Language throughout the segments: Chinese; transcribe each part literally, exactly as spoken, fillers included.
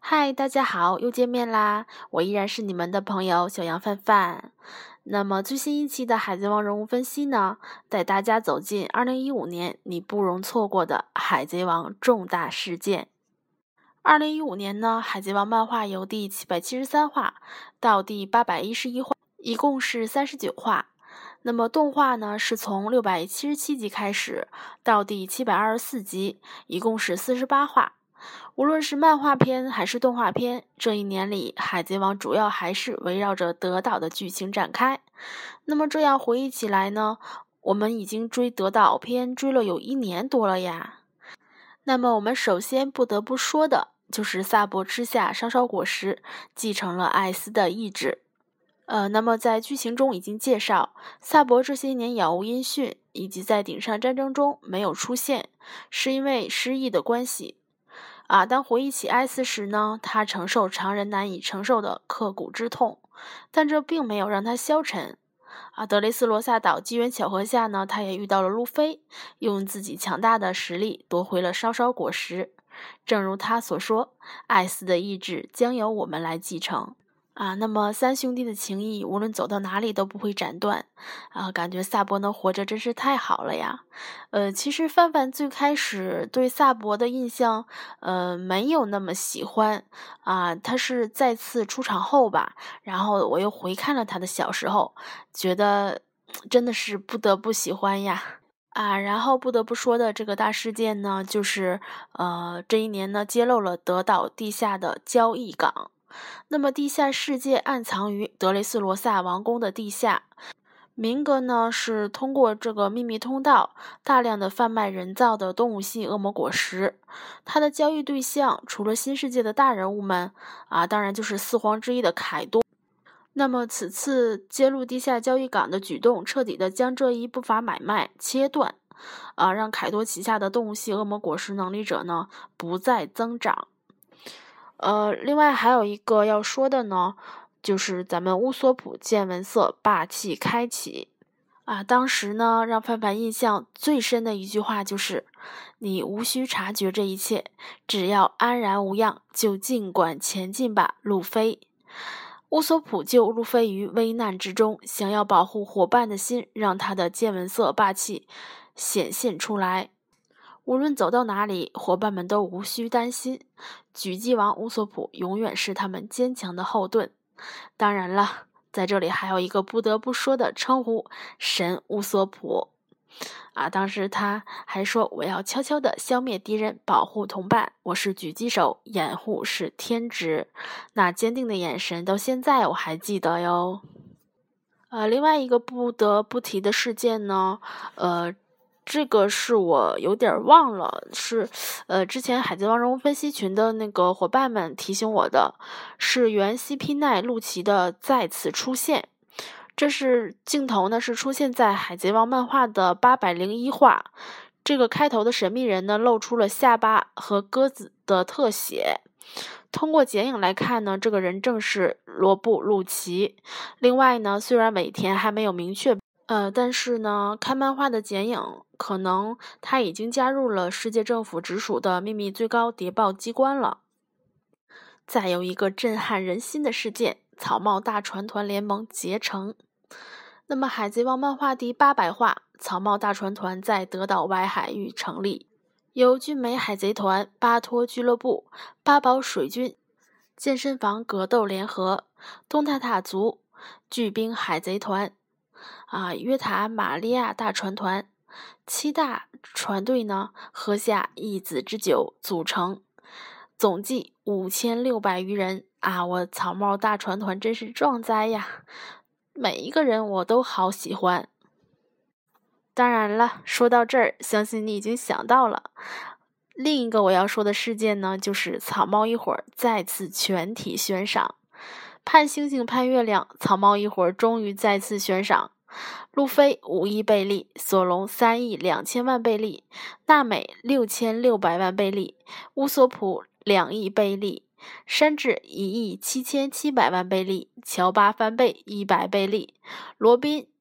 嗨，大家好，又见面啦！我依然是你们的朋友小杨范范。那么最新一期的《海贼王》人物分析呢，带大家走进二零一五年你不容错过的海贼王重大事件。二零一五年呢，海贼王漫画由第七百七十三话到第八百一十一话，一共是三十九话。那么动画呢，是从六百七十七集开始到第七百二十四集，一共是四十八话。无论是漫画片还是动画片，这一年里，海贼王主要还是围绕着德岛的剧情展开。那么这样回忆起来呢，我们已经追德岛篇追了有一年多了呀。那么我们首先不得不说的就是萨博吃下烧烧果实，继承了艾斯的意志。呃，那么在剧情中已经介绍，萨博这些年杳无音讯，以及在顶上战争中没有出现，是因为失忆的关系。啊，当回忆起艾斯时呢，他承受常人难以承受的刻骨之痛，但这并没有让他消沉。啊，德雷斯罗萨岛机缘巧合下呢，他也遇到了路飞，用自己强大的实力夺回了烧烧果实。正如他所说，艾斯的意志将由我们来继承。啊，那么三兄弟的情谊无论走到哪里都不会斩断。啊，感觉萨博能活着真是太好了呀。呃，其实范范最开始对萨博的印象，呃，没有那么喜欢。啊，他是再次出场后吧，然后我又回看了他的小时候，觉得真的是不得不喜欢呀。啊，然后不得不说的这个大事件呢，就是呃，这一年呢，揭露了德岛地下的交易港。那么地下世界暗藏于德雷斯罗萨王宫的地下，明格呢是通过这个秘密通道大量的贩卖人造的动物性恶魔果实。他的交易对象除了新世界的大人物们啊，当然就是四皇之一的凯多。那么此次揭露地下交易港的举动，彻底的将这一不法买卖切断，啊，让凯多旗下的动物系恶魔果实能力者呢不再增长。呃，另外还有一个要说的呢，就是咱们乌索普见闻色霸气开启啊！当时呢，让范范印象最深的一句话就是：“你无需察觉这一切，只要安然无恙，就尽管前进吧，路飞。”乌索普救路飞于危难之中，想要保护伙伴的心，让他的见闻色霸气显现出来。无论走到哪里，伙伴们都无需担心，狙击王乌索普永远是他们坚强的后盾。当然了，在这里还有一个不得不说的称呼——神乌索普。啊，当时他还说：“我要悄悄地消灭敌人，保护同伴。我是狙击手，掩护是天职。”那坚定的眼神，到现在我还记得哟。呃，另外一个不得不提的事件呢，呃。这个是我有点忘了，是呃之前海贼王人物分析群的那个伙伴们提醒我的，是原 C P 奈陆奇的再次出现。这是镜头呢是出现在海贼王漫画的八百零一话，这个开头的神秘人呢露出了下巴和鸽子的特写。通过剪影来看呢，这个人正是罗布陆奇。另外呢，虽然尾田还没有明确呃，但是呢，看漫画的剪影，可能他已经加入了世界政府直属的秘密最高谍报机关了。再有一个震撼人心的事件，草帽大船团联盟结成。那么海贼王漫画第八百话，草帽大船团在德岛外海域成立，由俊美海贼团、巴托俱乐部、八宝水军、健身房格斗联合、东塔塔族、巨兵海贼团啊，约塔玛利亚大船团七大船队呢，喝下一子之酒组成，总计五千六百余人啊！我草帽大船团真是壮哉呀，每一个人我都好喜欢。当然了，说到这儿，相信你已经想到了，另一个我要说的事件呢，就是草帽一伙再次全体悬赏。盼星星盼月亮，草帽一伙终于再次悬赏。路飞五亿贝利，索隆三亿两千万贝利，娜美六千六百万贝利，乌索普两亿贝利，山治一亿七千七百万贝利，乔巴翻倍一百贝利，罗宾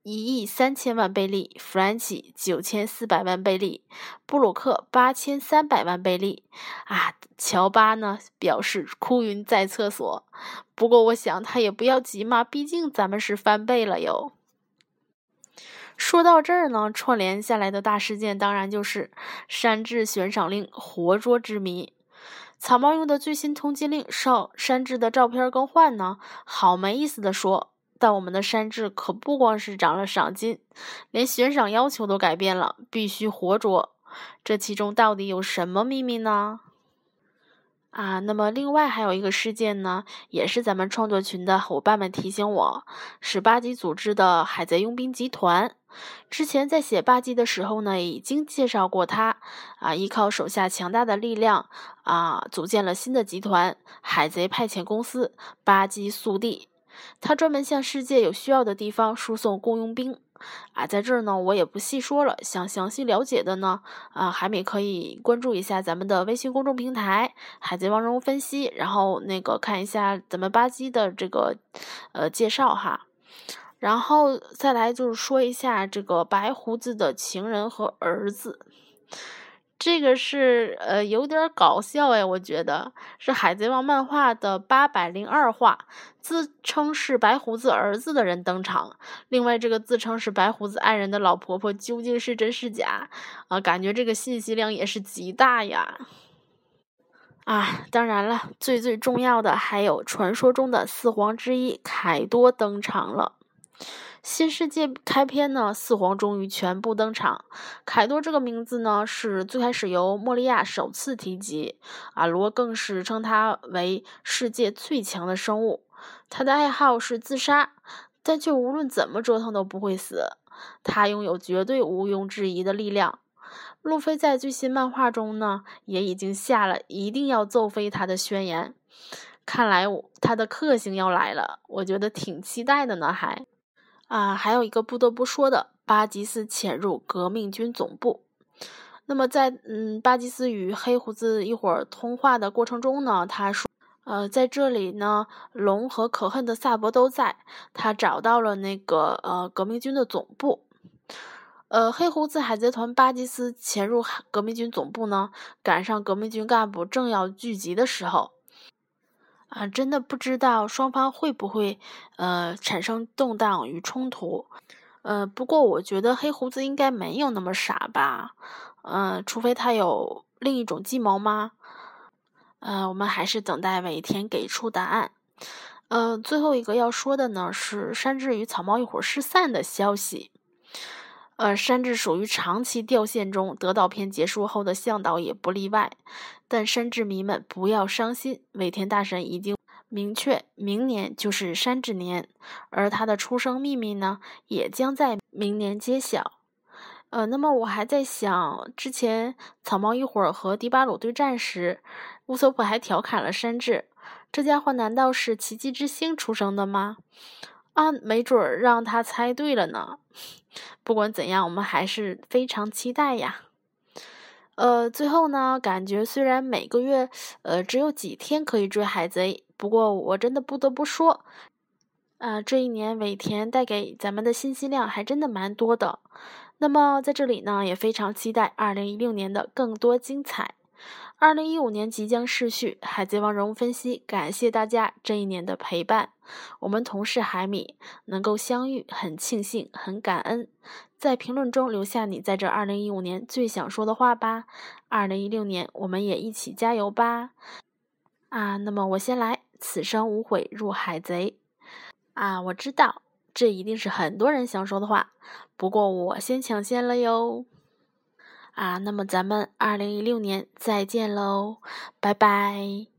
一亿三千万贝利，弗兰奇九千四百万贝利，布鲁克八千三百万贝利。啊，乔巴呢表示哭晕在厕所。不过我想他也不要急嘛，毕竟咱们是翻倍了哟。说到这儿呢，串联下来的大事件当然就是山治悬赏令活捉之谜。草帽用的最新通缉令少山治的照片更换呢，好没意思的说。但我们的山治可不光是涨了赏金，连悬赏要求都改变了，必须活捉。这其中到底有什么秘密呢？啊，那么另外还有一个事件呢，也是咱们创作群的伙伴们提醒我，是八级组织的海贼佣兵集团。之前在写八级的时候呢，已经介绍过他啊，依靠手下强大的力量啊，组建了新的集团——海贼派遣公司八级速递。他专门向世界有需要的地方输送雇佣兵。啊，在这儿呢，我也不细说了。想详细了解的呢，啊，海美可以关注一下咱们的微信公众平台《海贼王人物分析》，然后那个看一下咱们巴基的这个呃介绍哈。然后再来就是说一下这个白胡子的情人和儿子。这个是呃有点搞笑哎，我觉得是海贼王漫画的八百零二话，自称是白胡子儿子的人登场。另外这个自称是白胡子爱人的老婆婆究竟是真是假啊？感觉这个信息量也是极大呀。啊，当然了，最最重要的还有传说中的四皇之一凯多登场了。新世界开篇呢，四皇终于全部登场。凯多这个名字呢，是最开始由莫利亚首次提及，啊，罗更是称他为世界最强的生物。他的爱好是自杀，但却无论怎么折腾都不会死。他拥有绝对毋庸置疑的力量。路飞在最新漫画中呢，也已经下了一定要揍飞他的宣言。看来他的克星要来了，我觉得挺期待的呢，还。啊，还有一个不得不说的，巴基斯潜入革命军总部。那么在嗯巴基斯与黑胡子一会儿通话的过程中呢，他说，呃，在这里呢，龙和可恨的萨博都在。他找到了那个呃革命军的总部。呃，黑胡子海贼团巴基斯潜入革命军总部呢，赶上革命军干部正要聚集的时候。啊，真的不知道双方会不会呃产生动荡与冲突，呃，不过我觉得黑胡子应该没有那么傻吧，呃，除非他有另一种计谋吗？呃，我们还是等待尾田给出答案。呃，最后一个要说的呢是山治与草帽一伙失散的消息。呃，山治属于长期掉线中，德岛篇结束后的向导也不例外。但山治迷们不要伤心，尾田大神已经明确，明年就是山治年，而他的出生秘密呢，也将在明年揭晓。呃，那么我还在想，之前草帽一伙和迪巴鲁对战时，乌索普还调侃了山治，这家伙难道是奇迹之星出生的吗？啊，没准儿让他猜对了呢。不管怎样，我们还是非常期待呀。呃，最后呢，感觉虽然每个月呃只有几天可以追海贼，不过我真的不得不说，呃，这一年尾田带给咱们的信息量还真的蛮多的。那么在这里呢，也非常期待二零一六年的更多精彩。二零一五年即将逝去，海贼王人物分析，感谢大家这一年的陪伴。我们同是海米，能够相遇，很庆幸，很感恩。在评论中留下你在这二零一五年最想说的话吧。二零一六年，我们也一起加油吧。啊，那么我先来，此生无悔入海贼。啊，我知道，这一定是很多人想说的话，不过我先抢先了哟。啊，那么咱们二零一六年再见喽，拜拜。